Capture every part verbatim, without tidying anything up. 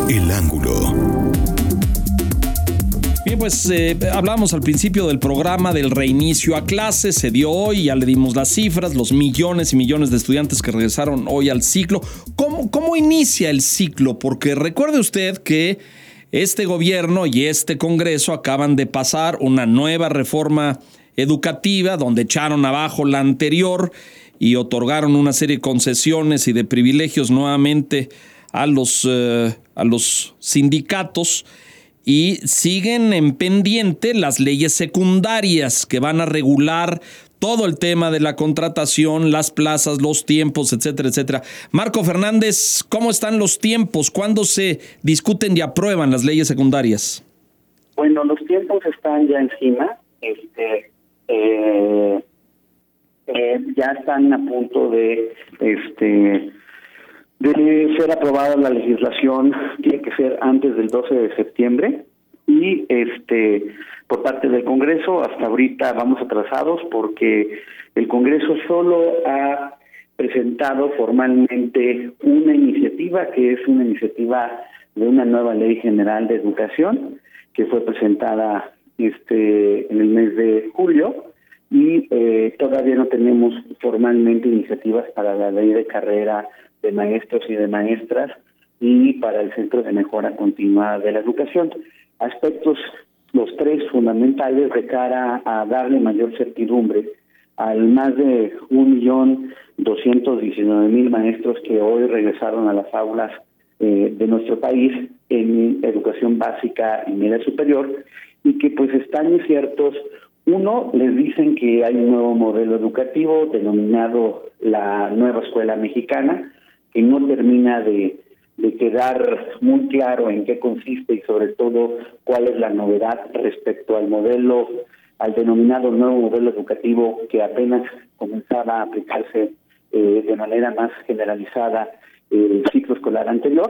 El ángulo. Bien, pues eh, hablábamos al principio del programa del reinicio a clases, se dio hoy, ya le dimos las cifras, los millones y millones de estudiantes que regresaron hoy al ciclo. ¿Cómo, cómo inicia el ciclo? Porque recuerde usted que este gobierno y este Congreso acaban de pasar una nueva reforma educativa donde echaron abajo la anterior y otorgaron una serie de concesiones y de privilegios nuevamente a los, eh, a los sindicatos. Y siguen en pendiente las leyes secundarias que van a regular todo el tema de la contratación, las plazas, los tiempos, etcétera, etcétera. Marco Fernández, ¿cómo están los tiempos? ¿Cuándo se discuten y aprueban las leyes secundarias? Bueno, los tiempos están ya encima. Este, eh, eh, ya están a punto de... este de ser aprobada la legislación. Tiene que ser antes del doce de septiembre y este por parte del Congreso hasta ahorita vamos atrasados porque el Congreso solo ha presentado formalmente una iniciativa que es una iniciativa de una nueva ley general de educación que fue presentada este en el mes de julio y eh, todavía no tenemos formalmente iniciativas para la ley de carrera de maestros y de maestras y para el Centro de Mejora Continua de la Educación. Aspectos, los tres fundamentales de cara a darle mayor certidumbre al más de un millón doscientos diecinueve mil maestros que hoy regresaron a las aulas eh, de nuestro país en educación básica y media superior y que pues están inciertos. Uno, les dicen que hay un nuevo modelo educativo denominado la Nueva Escuela Mexicana, que no termina de, de quedar muy claro en qué consiste y sobre todo cuál es la novedad respecto al modelo, al denominado nuevo modelo educativo que apenas comenzaba a aplicarse eh, de manera más generalizada el ciclo escolar anterior.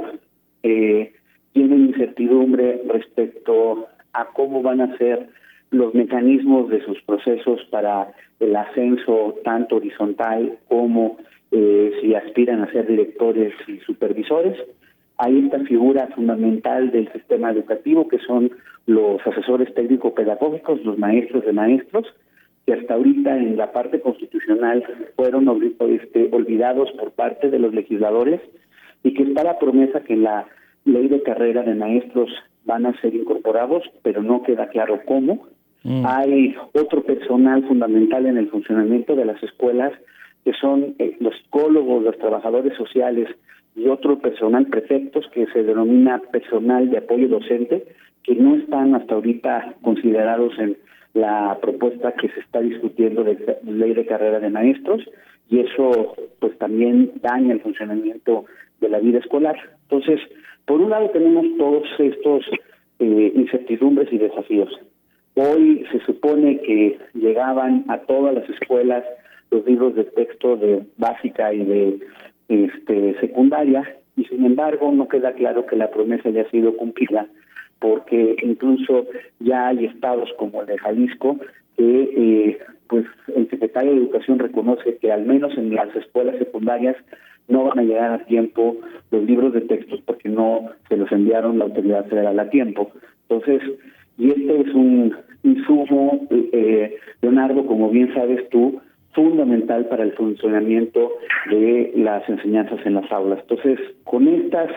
Eh, tienen incertidumbre respecto a cómo van a ser los mecanismos de sus procesos para el ascenso tanto horizontal como eh, si aspiran a ser directores y supervisores. Hay esta figura fundamental del sistema educativo que son los asesores técnico-pedagógicos, los maestros de maestros, que hasta ahorita en la parte constitucional fueron este, olvidados por parte de los legisladores y que está la promesa que en la ley de carrera de maestros van a ser incorporados, pero no queda claro cómo. Mm. Hay otro personal fundamental en el funcionamiento de las escuelas, que son eh, los psicólogos, los trabajadores sociales y otro personal, prefectos, que se denomina personal de apoyo docente, que no están hasta ahorita considerados en la propuesta que se está discutiendo de ley de carrera de maestros, y eso pues también daña el funcionamiento de la vida escolar. Entonces, por un lado tenemos todos estos eh, incertidumbres y desafíos. Hoy se supone que llegaban a todas las escuelas los libros de texto de básica y de este, secundaria, y sin embargo no queda claro que la promesa haya sido cumplida, porque incluso ya hay estados como el de Jalisco que eh, pues el secretario de Educación reconoce que al menos en las escuelas secundarias no van a llegar a tiempo los libros de textos porque no se los enviaron la autoridad federal a tiempo. Entonces, y este es un insumo, eh, Leonardo, como bien sabes tú, fundamental para el funcionamiento de las enseñanzas en las aulas. Entonces, con estas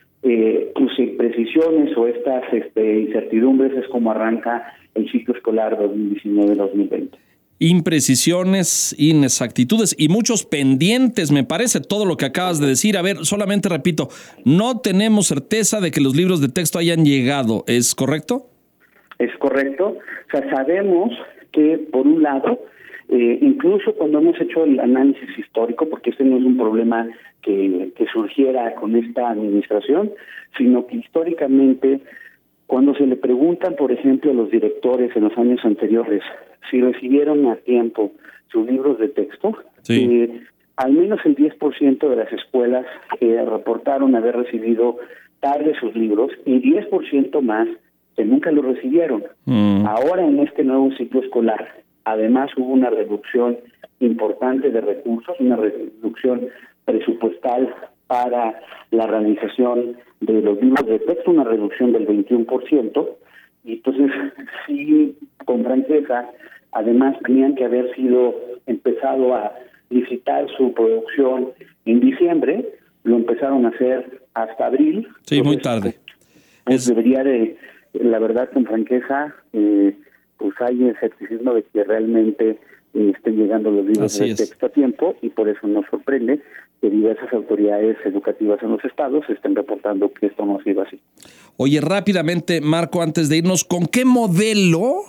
eh, pues, imprecisiones o estas este, incertidumbres es como arranca el ciclo escolar dos mil diecinueve dos mil veinte. Imprecisiones, inexactitudes y muchos pendientes, me parece todo lo que acabas de decir. A ver, solamente repito, no tenemos certeza de que los libros de texto hayan llegado, ¿es correcto? Es correcto. O sea, sabemos que, por un lado, eh, incluso cuando hemos hecho el análisis histórico, porque este no es un problema que, que surgiera con esta administración, sino que históricamente, cuando se le preguntan, por ejemplo, a los directores en los años anteriores si recibieron a tiempo sus libros de texto, sí. eh, al menos el diez por ciento de las escuelas eh, reportaron haber recibido tarde sus libros y diez por ciento más que nunca lo recibieron. Mm. Ahora en este nuevo ciclo escolar, además hubo una reducción importante de recursos, una reducción presupuestal para la realización de los libros de texto, una reducción del veintiuno por ciento, y entonces sí, con franqueza, además tenían que haber sido empezado a licitar su producción en diciembre, lo empezaron a hacer hasta abril. Sí, entonces, muy tarde. Pues Es... debería de, la verdad, con franqueza, eh, pues hay escepticismo de que realmente eh, estén llegando los libros Así de es. texto a tiempo, y por eso nos sorprende que diversas autoridades educativas en los estados estén reportando que esto no ha sido así. Oye, rápidamente, Marco, antes de irnos, ¿con qué modelo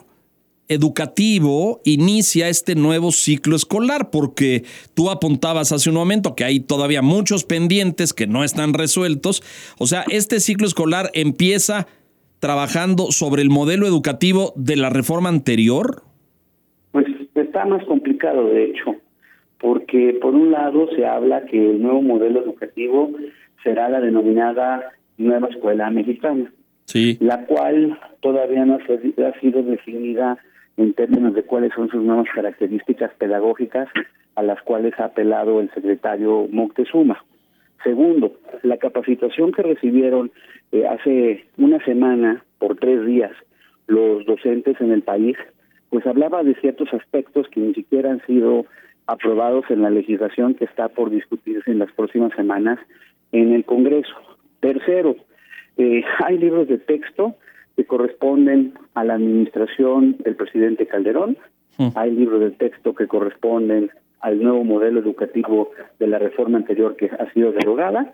educativo inicia este nuevo ciclo escolar? Porque tú apuntabas hace un momento que hay todavía muchos pendientes que no están resueltos. O sea, este ciclo escolar empieza trabajando sobre el modelo educativo de la reforma anterior. Pues está más complicado, de hecho, porque por un lado se habla que el nuevo modelo educativo será la denominada Nueva Escuela Mexicana, sí. la cual todavía no ha sido definida en términos de cuáles son sus nuevas características pedagógicas a las cuales ha apelado el secretario Moctezuma. Segundo, la capacitación que recibieron eh, hace una semana por tres días los docentes en el país, pues hablaba de ciertos aspectos que ni siquiera han sido aprobados en la legislación que está por discutirse en las próximas semanas en el Congreso. Tercero, eh, hay libros de texto que corresponden a la administración del presidente Calderón, mm. hay libros de texto que corresponden al nuevo modelo educativo de la reforma anterior que ha sido derogada,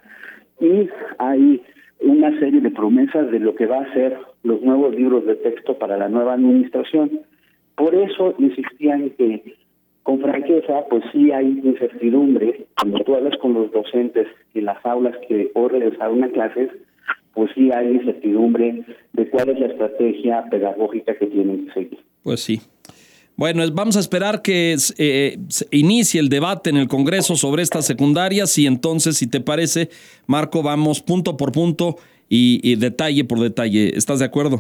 y hay una serie de promesas de lo que va a ser los nuevos libros de texto para la nueva administración. Por eso insistían que, con franqueza, pues sí hay incertidumbre. Cuando tú hablas con los docentes en las aulas que hoy regresaron a clases, pues sí hay incertidumbre de cuál es la estrategia pedagógica que tienen que seguir. Pues sí. Bueno, vamos a esperar que eh, se inicie el debate en el Congreso sobre estas secundarias, y entonces, si te parece, Marco, vamos punto por punto y, y detalle por detalle. ¿Estás de acuerdo?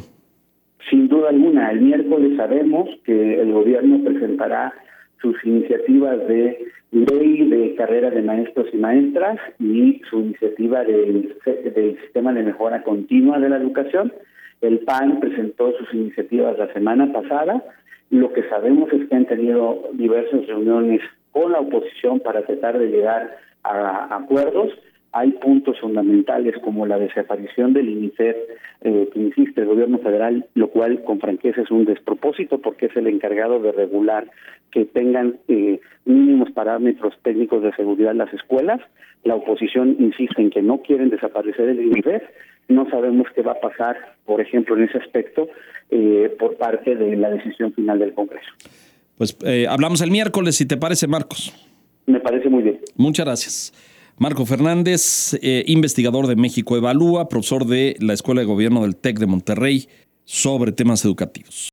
Sin duda alguna. El miércoles sabemos que el gobierno presentará sus iniciativas de ley de carrera de maestros y maestras y su iniciativa del, del sistema de mejora continua de la educación. El P A N presentó sus iniciativas la semana pasada. Lo que sabemos es que han tenido diversas reuniones con la oposición para tratar de llegar a, a acuerdos. Hay puntos fundamentales como la desaparición del INIFED, eh, que insiste el gobierno federal, lo cual con franqueza es un despropósito porque es el encargado de regular que tengan eh, mínimos parámetros técnicos de seguridad en las escuelas. La oposición insiste en que no quieren desaparecer el INIFED. No sabemos qué va a pasar, por ejemplo, en ese aspecto, eh, por parte de la decisión final del Congreso. Pues eh, hablamos el miércoles, si te parece, Marcos. Me parece muy bien. Muchas gracias. Marco Fernández, eh, investigador de México Evalúa, profesor de la Escuela de Gobierno del TEC de Monterrey, sobre temas educativos.